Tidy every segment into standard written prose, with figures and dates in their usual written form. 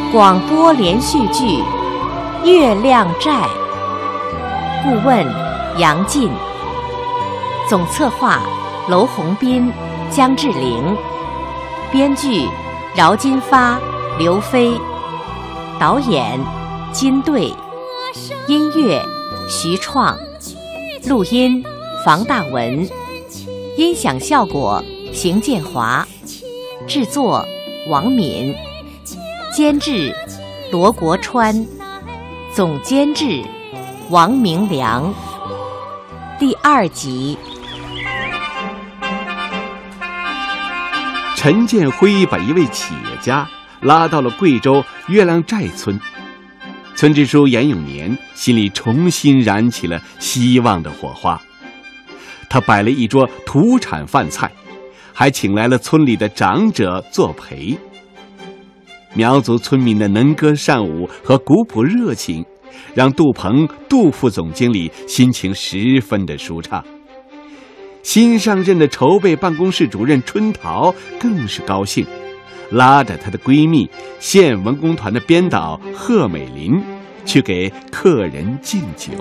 广播连续剧《月亮寨》，顾问杨进，总策划娄宏斌、姜志玲，编剧饶金发、刘飞，导演金队，音乐徐创，录音房大文，音响效果邢建华，制作王敏，监制罗国川，总监制王明良。第2集。 陈建辉把一位企业家拉到了贵州月亮寨村，村支书严永年心里重新燃起了希望的火花。他摆了一桌土产饭菜，还请来了村里的长者作陪。苗族村民的能歌善舞和古朴热情，让杜鹏杜副总经理心情十分的舒畅。新上任的筹备办公室主任春桃更是高兴，拉着她的闺蜜县文工团的编导贺美林去给客人敬酒。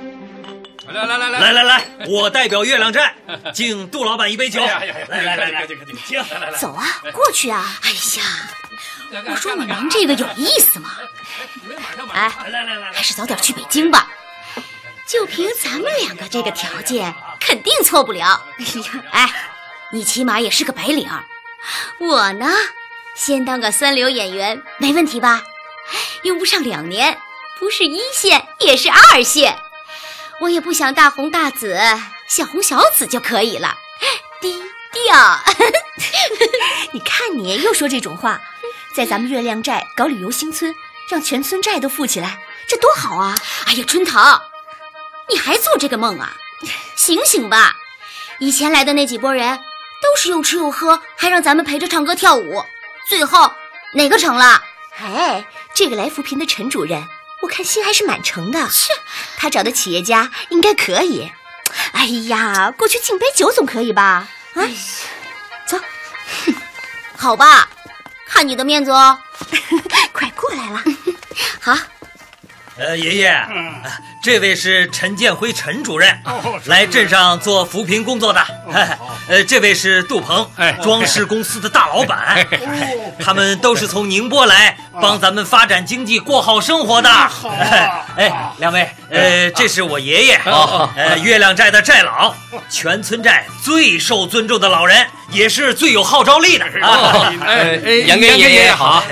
来，我代表月亮寨敬杜老板一杯酒。来，请。 走啊，过去啊！哎呀，我说你们这个有意思吗？哎，还是早点去北京吧。就凭咱们2个这个条件，肯定错不了。哎，你起码也是个白领，我呢，先当个3流演员，没问题吧？用不上2年，不是1线也是2线。我也不想大红大紫，小红小紫就可以了，低调。 你看你又说这种话，在咱们月亮寨搞旅游新村，让全村寨都富起来，这多好啊！ 哎呀，春桃，你还做这个梦啊？醒醒吧！以前来的那几拨人都是又吃又喝，还让咱们陪着唱歌跳舞，最后哪个成了？ 哎，这个来扶贫的陈主任，我看心还是蛮诚的。是，他找的企业家应该可以。哎呀，过去敬杯酒总可以吧？啊，走。 好吧，看你的面子哦。 快过来了。 好。 爷爷，这位是陈建辉陈主任，来镇上做扶贫工作的。这位是杜鹏，装饰公司的大老板。他们都是从宁波来帮咱们发展经济过好生活的。2位，这是我爷爷，月亮寨的寨老，全村寨最受尊重的老人，也是最有号召力的。 杨根爷爷好。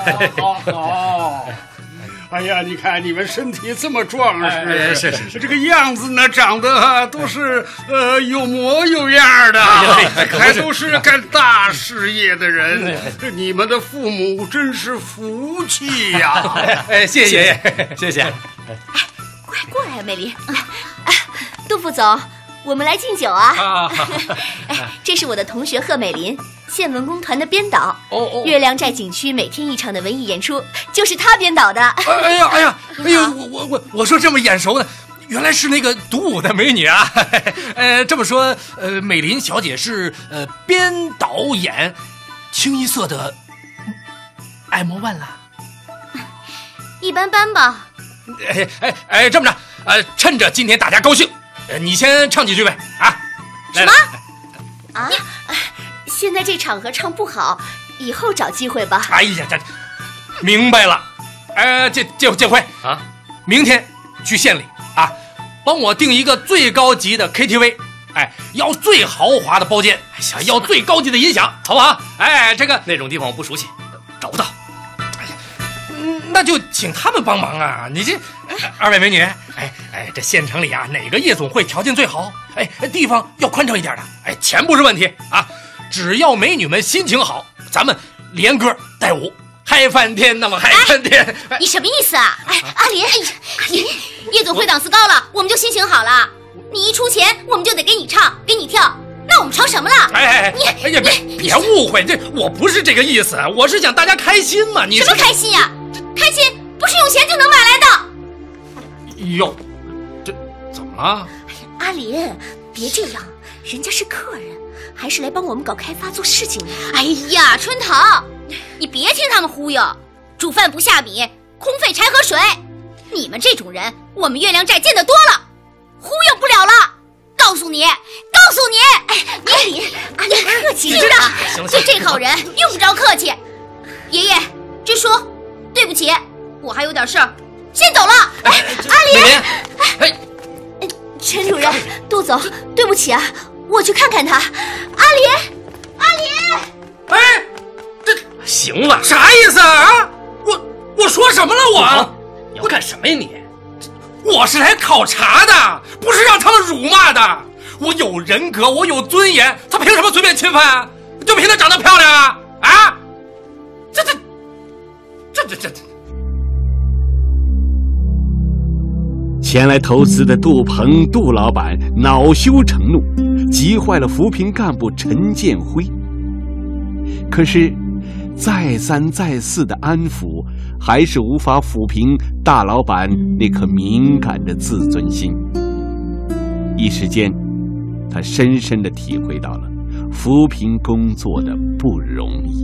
哎呀，你看你们身体这么壮实，是这个样子呢，长得都是有模有样的，还都是干大事业的人。你们的父母真是福气呀！ 谢谢爷爷，谢谢。 哎，快过来啊，美玲。杜副总，我们来敬酒啊！哎，这是我的同学贺美林，县文工团的编导。月亮寨景区每天1场的文艺演出就是他编导的。 哎呀，我说这么眼熟呢，原来是那个独舞的美女啊。这么说，美林小姐是编导演清一色的爱魔万了。 一般般吧。 这么着，趁着今天大家高兴，你先唱几句呗啊？ 什么？ 啊？现在这场合唱不好，以后找机会吧。 哎呀，这明白了。建辉啊，明天去县里啊，帮我订一个最高级的 KTV， 要最豪华的包间，要最高级的音响，好不好？这个那种地方我不熟悉，找不到。 那就请他们帮忙啊！你这2位美女，这县城里啊，哪个夜总会条件最好？地方要宽敞一点的，钱不是问题啊，只要美女们心情好，咱们连歌带舞，嗨翻天，那么嗨翻天。 你什么意思啊？阿林，夜总会档次高了，我们就心情好了。你一出钱，我们就得给你唱，给你跳，那我们成什么了？ 别误会，这我不是这个意思，我是想大家开心嘛。你什么开心呀？开心不是用钱就能买来的。 哟，这怎么了？ 阿林，别这样，人家是客人，还是来帮我们搞开发做事情的。 哎呀，春桃，你别听他们忽悠， 煮饭不下米，空费柴和水。你们这种人，我们月亮寨见得多了，忽悠不了了。告诉你，阿离客气点啊！对这号人用不着客气。爷爷，支书，对不起，我还有点事儿，先走了。 阿离，陈主任，杜总，对不起啊，我去看看他。阿离， 这行了， 啥意思啊？我说什么了我？ 你要干什么呀你？ 我是来考察的，不是让他们辱骂的。我有人格，我有尊严，他凭什么随便侵犯啊？就凭他长得漂亮啊？啊？这。 前来投资的杜鹏杜老板恼羞成怒，急坏了扶贫干部陈建辉。可是再三再四的安抚，还是无法抚平大老板那颗敏感的自尊心。一时间，他深深地体会到了扶贫工作的不容易。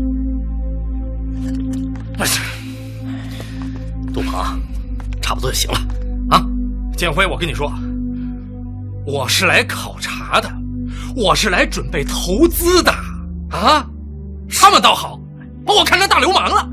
不是，杜鹏，差不多就行了啊。 建辉，我跟你说，我是来考察的，我是来准备投资的啊。他们倒好，把我看成大流氓了。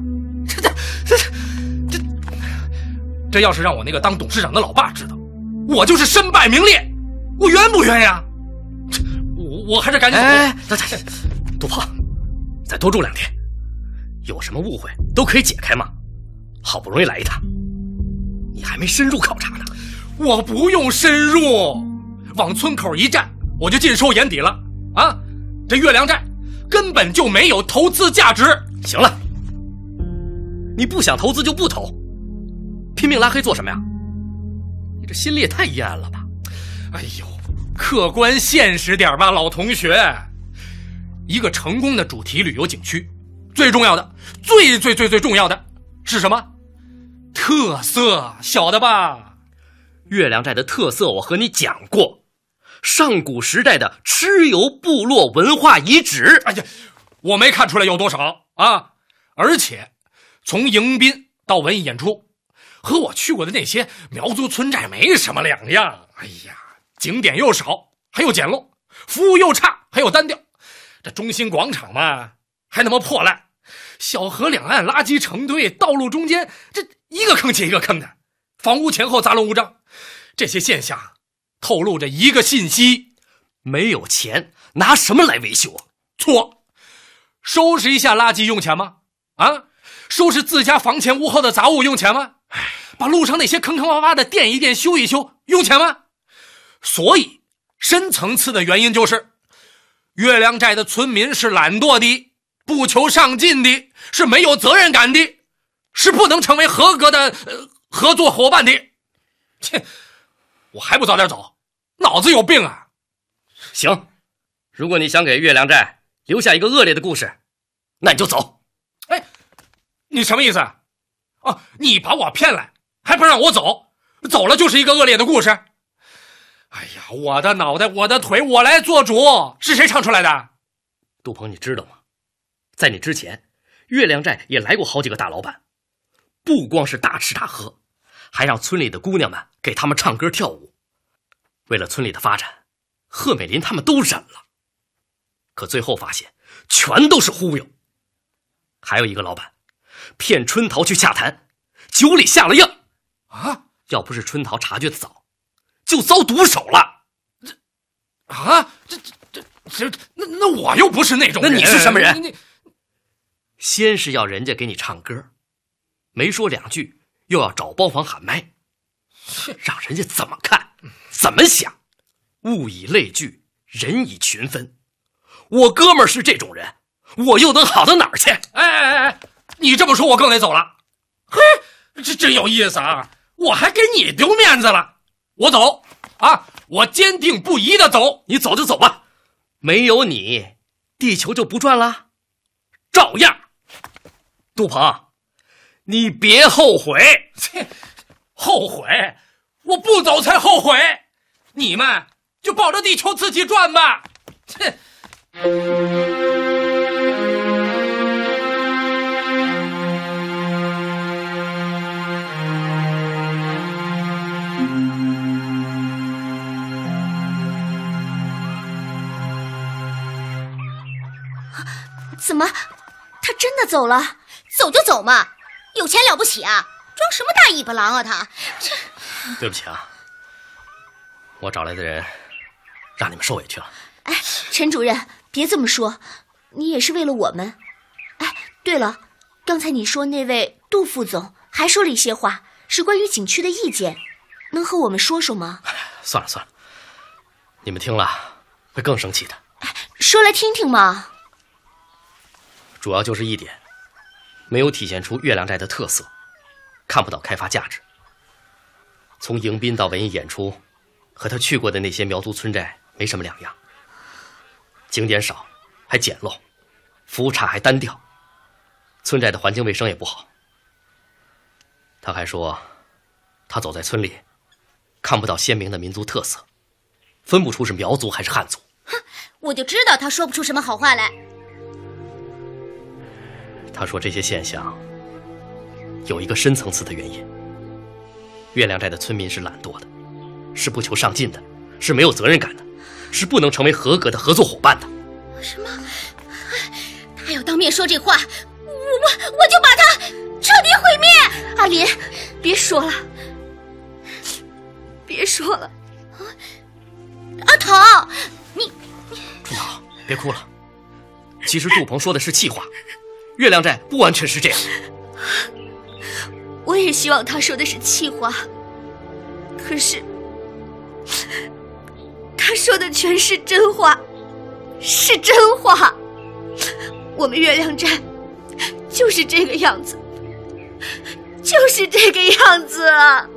这要是让我那个当董事长的老爸知道，我就是身败名裂，我冤不冤呀？我还是赶紧走。 杜鹏，再多住2天，有什么误会都可以解开嘛。好不容易来一趟，你还没深入考察呢。 我不用深入，往村口一站，我就尽收眼底了啊！这月亮寨根本就没有投资价值。 行了，你不想投资就不投，拼命拉黑做什么呀？你这心里也太阴暗了吧！ 哎呦，客观现实点吧，老同学。一个成功的主题旅游景区，最重要的，最重要的是什么？特色，晓得吧？ 月亮寨的特色我和你讲过，上古时代的蚩尤部落文化遗址。 哎呀，我没看出来有多少啊！而且从迎宾到文艺演出，和我去过的那些苗族村寨没什么两样。哎呀，景点又少，还又简陋，服务又差，还有单调。这中心广场嘛，还那么破烂，小河两岸垃圾成堆，道路中间这一个坑接一个坑的，房屋前后杂乱无章。这些现象透露着一个信息： 没有钱拿什么来维修？ 错，收拾一下垃圾用钱吗？啊，收拾自家房前屋后的杂物用钱吗？把路上那些坑坑洼洼的垫一垫修一修用钱吗？所以深层次的原因就是月亮寨的村民是懒惰的，不求上进的，是没有责任感的，是不能成为合格的合作伙伴的。切，我还不早点走，脑子有病啊！ 行，如果你想给月亮寨留下一个恶劣的故事，那你就走。 哎，你什么意思啊？哦，你把我骗来，还不让我走，走了就是一个恶劣的故事。哎呀，我的脑袋，我的腿，我来做主，是谁唱出来的？ 杜鹏，你知道吗？在你之前，月亮寨也来过好几个大老板，不光是大吃大喝，还让村里的姑娘们给他们唱歌跳舞。为了村里的发展，贺美林他们都忍了，可最后发现全都是忽悠。还有一个老板骗春桃去洽谈，酒里下了药啊！ 要不是春桃察觉的早，就遭毒手了。 那我又不是那种人。 那你是什么人？先是要人家给你唱歌，没说2句又要找包房喊麦，让人家怎么看怎么想。物以类聚，人以群分，我哥们儿是这种人，我又能好到哪儿去？ 哎，你这么说我更得走了。嘿，这真有意思啊，我还给你丢面子了。我走啊，我坚定不移的走。 你走就走吧，没有你地球就不转了，照样。杜鹏，你别后悔。 后悔？我不走才后悔。你们就抱着地球自己转吧。 怎么，他真的走了？走就走嘛，有钱了不起啊？装什么大尾巴狼啊他？这…… 对不起啊，我找来的人让你们受委屈了。 哎，陈主任，别这么说，你也是为了我们。哎，对了，刚才你说那位杜副总还说了一些话，是关于景区的意见，能和我们说说吗？ 算了，你们听了会更生气的。 说来听听嘛。 主要就是一点，没有体现出月亮寨的特色，看不到开发价值。从迎宾到文艺演出，和他去过的那些苗族村寨没什么两样。景点少，还简陋，服务差还单调，村寨的环境卫生也不好。他还说，他走在村里，看不到鲜明的民族特色，分不出是苗族还是汉族。 哼，我就知道他说不出什么好话来。 他说这些现象有一个深层次的原因，月亮寨的村民是懒惰的，是不求上进的，是没有责任感的，是不能成为合格的合作伙伴的。 什么？他要当面说这话，我就把他彻底毁灭！ 阿林，别说了，别说了。 阿桃，你春桃，别哭了。其实杜鹏说的是气话，月亮寨不完全是这样。 我也希望他说的是气话，可是他说的全是真话，是真话。我们月亮寨就是这个样子，就是这个样子。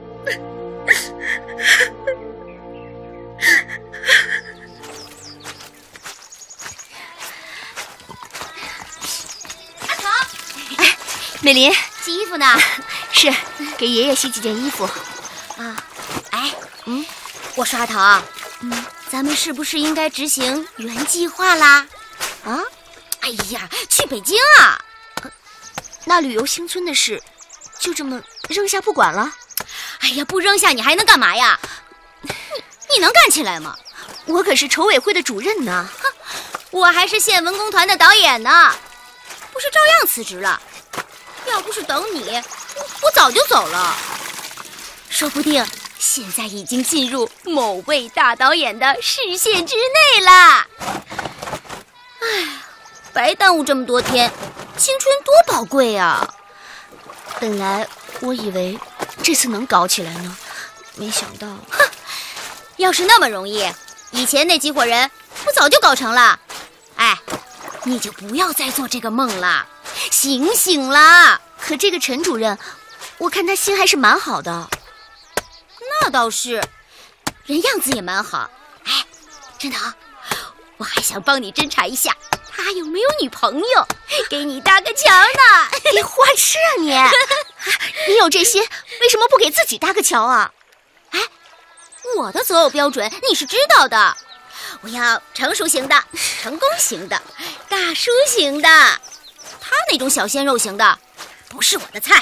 阿桃， 哎，美林， 洗衣服呢？ 是，给爷爷洗几件衣服。 啊，哎，我说阿桃，咱们是不是应该执行原计划啦？啊？哎呀，去北京啊！ 那旅游新村的事，就这么扔下不管了？ 哎呀，不扔下你还能干嘛呀？你能干起来吗？ 我可是筹委会的主任呢。 哼，我还是县文工团的导演呢，不是照样辞职了？要不是等你，我早就走了。说不定现在已经进入某位大导演的视线之内啦。哎，白耽误这么多天，青春多宝贵啊！ 本来我以为这次能搞起来呢，没想到。 哼，要是那么容易，以前那几伙人不早就搞成了？哎，你就不要再做这个梦了，醒醒啦！ 可这个陈主任，我看他心还是蛮好的。 那倒是，人样子也蛮好。哎，真的，我还想帮你侦查一下他有没有女朋友，给你搭个桥呢。 你花痴啊你！你有这些，为什么不给自己搭个桥啊？ 哎，我的择偶标准你是知道的，我要成熟型的、成功型的、大叔型的。他那种小鲜肉型的，不是我的菜。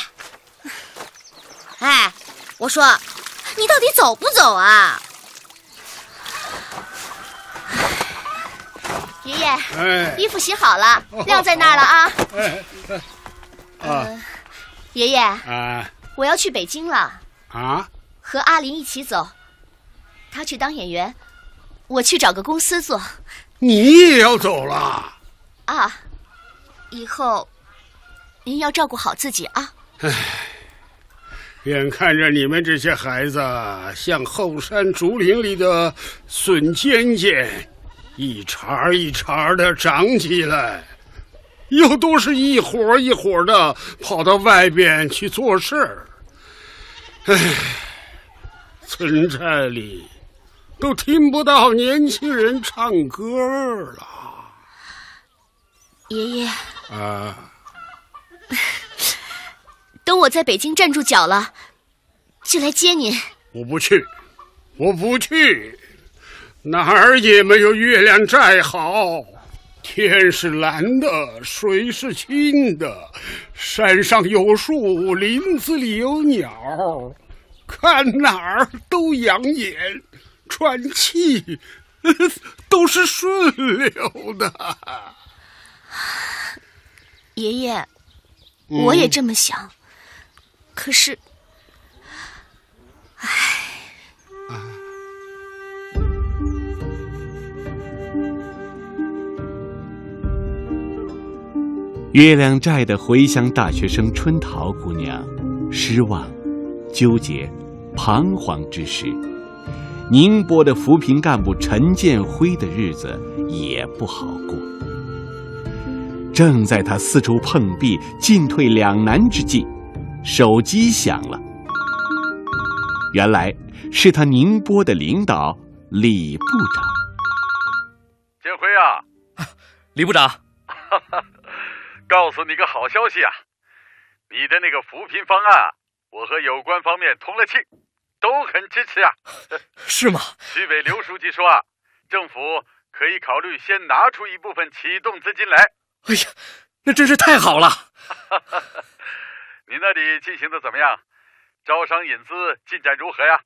哎，我说，你到底走不走啊？ 爷爷，衣服洗好了，晾在那儿了啊。爷爷，我要去北京了。 啊？ 和阿林一起走，他去当演员，我去找个公司做。 你也要走了？ 啊，以后您要照顾好自己啊。 唉，眼看着你们这些孩子像后山竹林里的笋尖尖，一茬一茬的长起来，又都是一伙一伙的跑到外边去做事儿。唉，村寨里都听不到年轻人唱歌了。 爷爷啊， 等我在北京站住脚了，就来接您。 我不去，我不去，哪儿也没有月亮寨好。天是蓝的，水是清的，山上有树，林子里有鸟，看哪儿都养眼，喘气都是顺溜的。 爷爷，我也这么想，可是， 月亮寨的回乡大学生春桃姑娘，失望、纠结、彷徨之时，宁波的扶贫干部陈建辉的日子也不好过。正在他四处碰壁、进退两难之际，手机响了。原来是他宁波的领导李部长。 建辉啊， 李部长， 告诉你个好消息啊，你的那个扶贫方案，我和有关方面通了气，都很支持啊。 是吗？ 区委刘书记说啊，政府可以考虑先拿出一部分启动资金来。 哎呀，那真是太好了。 你那里进行的怎么样？招商引资进展如何呀？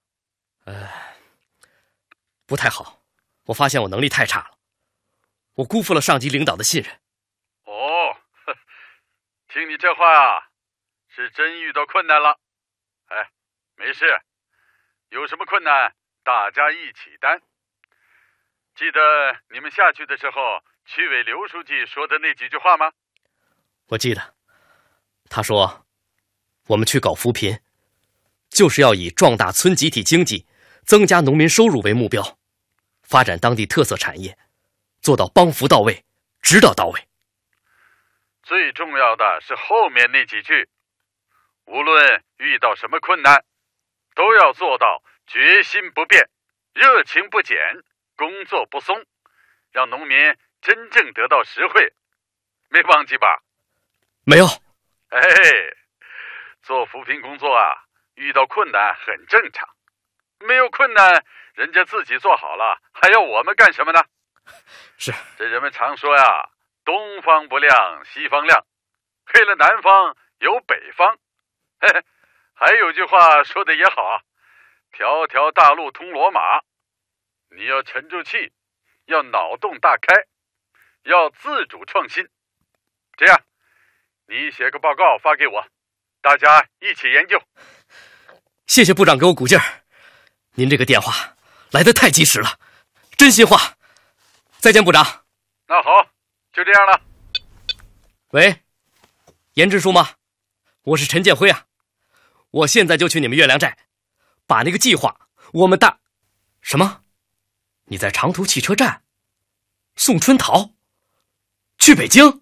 不太好，我发现我能力太差了，我辜负了上级领导的信任。 哦，听你这话啊，是真遇到困难了。哎，没事，有什么困难大家一起担。记得你们下去的时候，区委刘书记说的那几句话吗？ 我记得，他说，我们去搞扶贫，就是要以壮大村集体经济、增加农民收入为目标，发展当地特色产业，做到帮扶到位、指导到位。 最重要的是后面那几句，无论遇到什么困难，都要做到决心不变、热情不减、工作不松，让农民真正得到实惠。没忘记吧？ 没有。 哎，做扶贫工作啊，遇到困难很正常，没有困难人家自己做好了，还要我们干什么呢？ 是。 这人们常说呀，东方不亮西方亮，黑了南方有北方。嘿嘿，还有句话说的也好啊，条条大路通罗马。你要沉住气，要脑洞大开，要自主创新。这样，你写个报告发给我，大家一起研究。 谢谢部长给我鼓劲儿，您这个电话来得太及时了，真心话。再见，部长。 那好，就这样了。 喂，严支书吗？我是陈建辉啊，我现在就去你们月亮寨，把那个计划我们大……什么？你在长途汽车站送春桃去北京？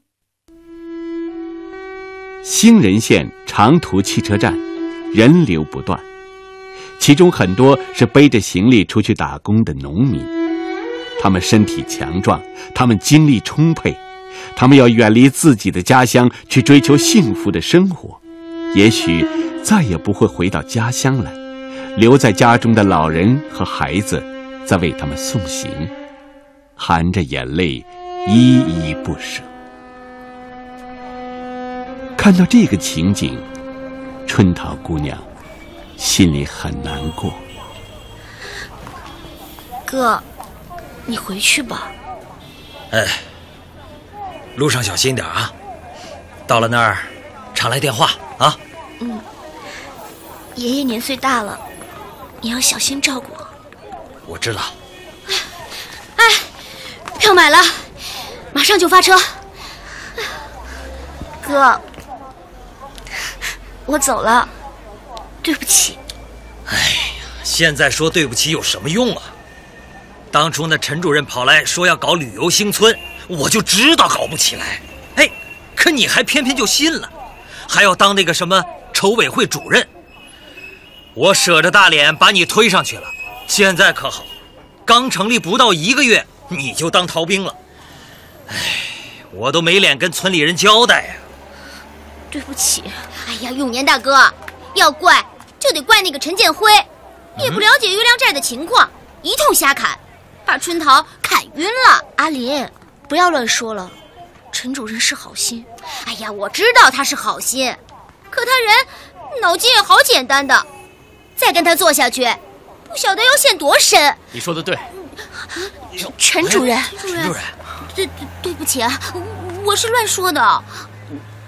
兴仁县长途汽车站人流不断，其中很多是背着行李出去打工的农民。他们身体强壮，他们精力充沛，他们要远离自己的家乡，去追求幸福的生活。也许再也不会回到家乡来，留在家中的老人和孩子在为他们送行，含着眼泪依依不舍。看到这个情景，春桃姑娘心里很难过。 哥，你回去吧。 哎，路上小心点啊，到了那儿常来电话啊。 爷爷年岁大了，你要小心照顾。 我知道。 哎，票买了，马上就发车。哥，我走了，对不起。 哎呀，现在说对不起有什么用啊？当初那陈主任跑来说要搞旅游兴村，我就知道搞不起来。哎，可你还偏偏就信了，还要当那个什么筹委会主任。我舍着大脸把你推上去了，现在可好，刚成立不到1个月，你就当逃兵了。哎，我都没脸跟村里人交代呀。 对不起。 哎呀，永年大哥，要怪就得怪那个陈建辉，也不了解月亮寨的情况，一通瞎砍，把春桃砍晕了。 阿林，不要乱说了，陈主任是好心。 哎呀，我知道他是好心，可他人脑筋也好简单的，再跟他做下去，不晓得要陷多深。 你说的对。 陈主任， 陈主任， 对不起啊，我是乱说的。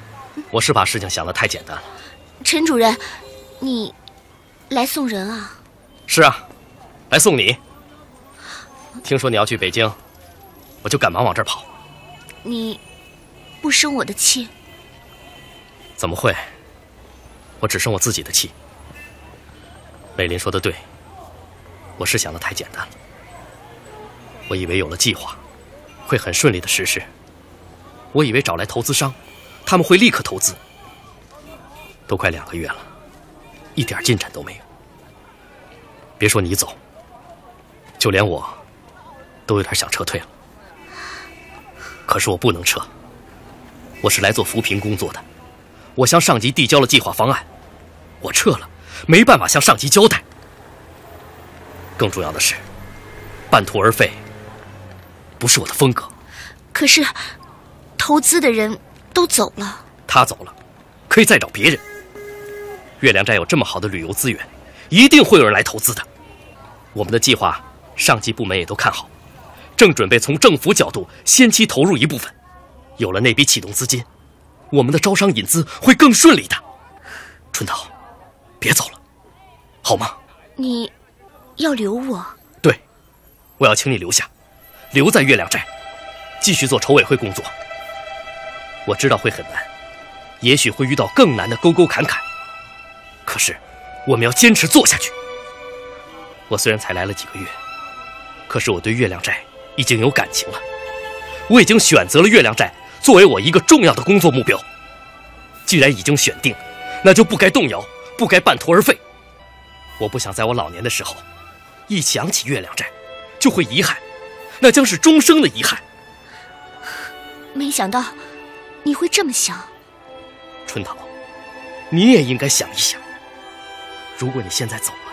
我是把事情想得太简单了。 陈主任，你来送人啊？ 是啊，来送你。听说你要去北京，我就赶忙往这儿跑。 你不生我的气？ 怎么会？我只生我自己的气。美林说的对，我是想得太简单了。我以为有了计划，会很顺利的实施。我以为找来投资商，他们会立刻投资。都快2个月了，一点进展都没有。别说你走，就连我都有点想撤退了。可是我不能撤，我是来做扶贫工作的，我向上级递交了计划方案，我撤了，没办法向上级交代。更重要的是，半途而废不是我的风格。 可是投资的人都走了。 他走了，可以再找别人。月亮寨有这么好的旅游资源，一定会有人来投资的。我们的计划上级部门也都看好，正准备从政府角度先期投入一部分。有了那笔启动资金，我们的招商引资会更顺利的。春桃，别走了，好吗？ 你要留我？ 对，我要请你留下，留在月亮寨，继续做筹委会工作。我知道会很难，也许会遇到更难的沟沟坎坎，可是我们要坚持做下去。我虽然才来了几个月，可是我对月亮寨已经有感情了。我已经选择了月亮寨作为我一个重要的工作目标。既然已经选定，那就不该动摇，不该半途而废。我不想在我老年的时候，一想起月亮寨就会遗憾，那将是终生的遗憾。 没想到你会这么想。 春桃，你也应该想一想，如果你现在走了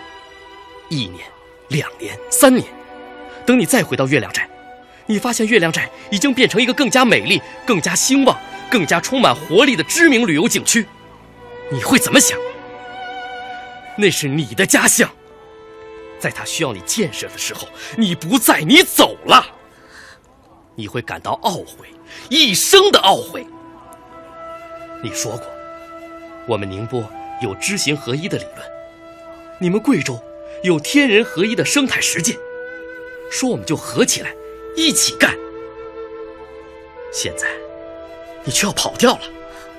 ，1年、2年、3年，等你再回到月亮寨，你发现月亮寨已经变成一个更加美丽、更加兴旺、更加充满活力的知名旅游景区，你会怎么想？那是你的家乡，在它需要你建设的时候，你不在，你走了，你会感到懊悔，一生的懊悔。你说过，我们宁波有知行合一的理论，你们贵州有天人合一的生态实践，说我们就合起来一起干。现在你却要跑掉了。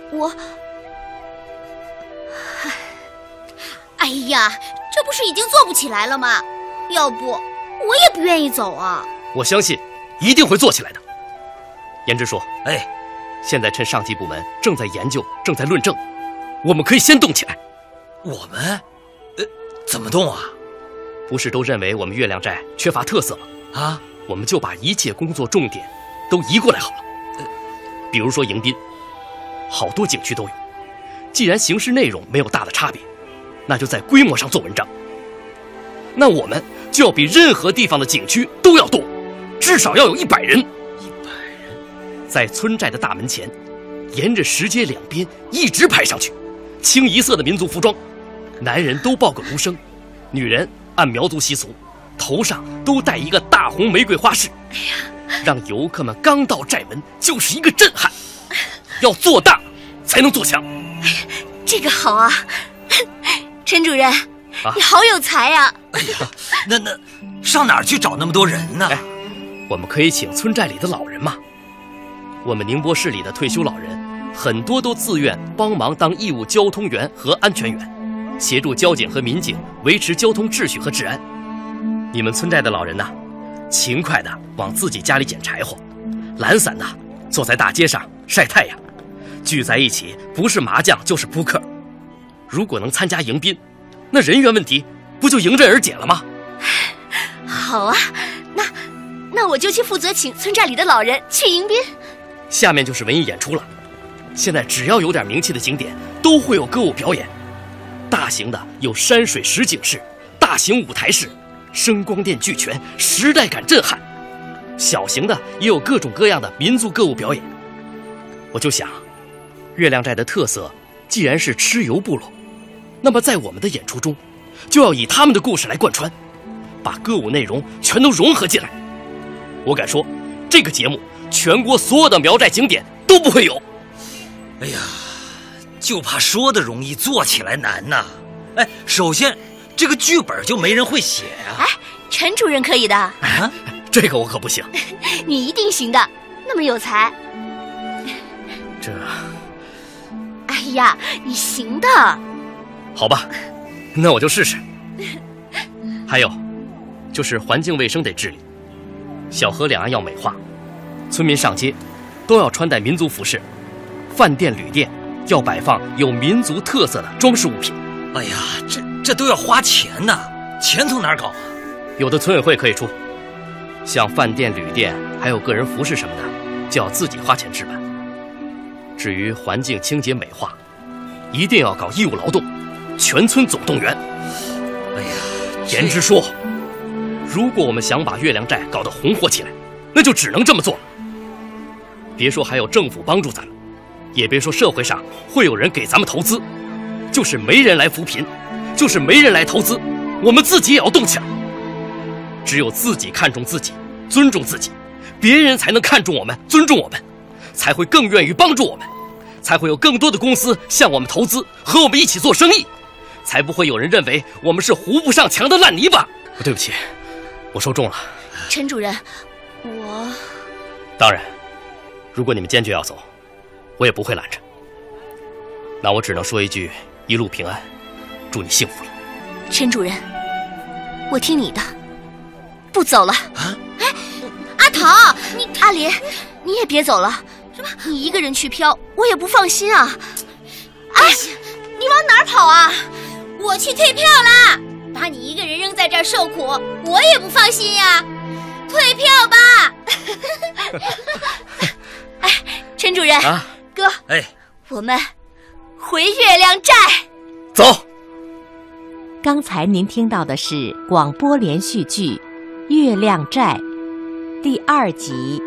哎呀，这不是已经做不起来了吗？要不我也不愿意走啊。 我相信一定会做起来的。颜之说，现在趁上级部门正在研究，正在论证，我们可以先动起来。 我们怎么动啊？ 不是都认为我们月亮寨缺乏特色吗？ 啊， 我们就把一切工作重点都移过来好了。比如说迎宾，好多景区都有，既然形式内容没有大的差别，那就在规模上做文章。那我们就要比任何地方的景区都要多，至少要有100人。在村寨的大门前，沿着石阶两边一直排上去，清一色的民族服装，男人都抱个芦笙，女人按苗族习俗，头上都戴一个大红玫瑰花饰，让游客们刚到寨门就是一个震撼。要做大才能做强。 这个好啊，陈主任，你好有才呀！ 哎呀，那上哪儿去找那么多人呢？ 我们可以请村寨里的老人嘛。我们宁波市里的退休老人很多都自愿帮忙当义务交通员和安全员，协助交警和民警维持交通秩序和治安。你们村寨的老人呢，勤快的往自己家里捡柴火，懒散的坐在大街上晒太阳，聚在一起不是麻将就是扑克。如果能参加迎宾，那人员问题不就迎刃而解了吗？ 好啊，那我就去负责请村寨里的老人去迎宾。 下面就是文艺演出了。现在只要有点名气的景点都会有歌舞表演，大型的有山水实景式，大型舞台式，声光电俱全，时代感震撼。小型的也有各种各样的民族歌舞表演。我就想，月亮寨的特色既然是蚩尤部落，那么在我们的演出中就要以他们的故事来贯穿，把歌舞内容全都融合进来。我敢说，这个节目全国所有的苗寨景点都不会有。 哎呀， 就怕说的容易，做起来难呐。哎，首先这个剧本就没人会写呀。 哎，陈主任可以的。 啊，这个我可不行。 你一定行的，那么有才。 这…… 哎呀，你行的。 好吧，那我就试试。还有，就是环境卫生得治理，小河两岸要美化，村民上街都要穿戴民族服饰，饭店旅店要摆放有民族特色的装饰物品。 哎呀，这都要花钱呐，钱从哪儿搞啊？ 有的村委会可以出，像饭店旅店还有个人服饰什么的，就要自己花钱置办。至于环境清洁美化，一定要搞义务劳动，全村总动员。 哎呀， 言之说，如果我们想把月亮寨搞得红火起来，那就只能这么做了。别说还有政府帮助咱们，也别说社会上会有人给咱们投资，就是没人来扶贫，就是没人来投资，我们自己也要动起来。只有自己看重自己，尊重自己，别人才能看重我们，尊重我们，才会更愿意帮助我们，才会有更多的公司向我们投资，和我们一起做生意，才不会有人认为我们是糊不上墙的烂泥巴。对不起，我说重了。 陈主任，我…… 当然，如果你们坚决要走，我也不会拦着。那我只能说一句：一路平安，祝你幸福了。 陈主任，我听你的，不走了。啊？哎，阿桃，阿莲，你也别走了。什么？你一个人去飘，我也不放心啊。哎，你往哪儿跑啊？ 我去退票啦！把你一个人扔在这儿受苦，我也不放心呀。退票吧！ 哎，陈主任， 啊， 哥， 哎， 我们回月亮寨。 走。 刚才您听到的是广播连续剧《月亮寨》第2集。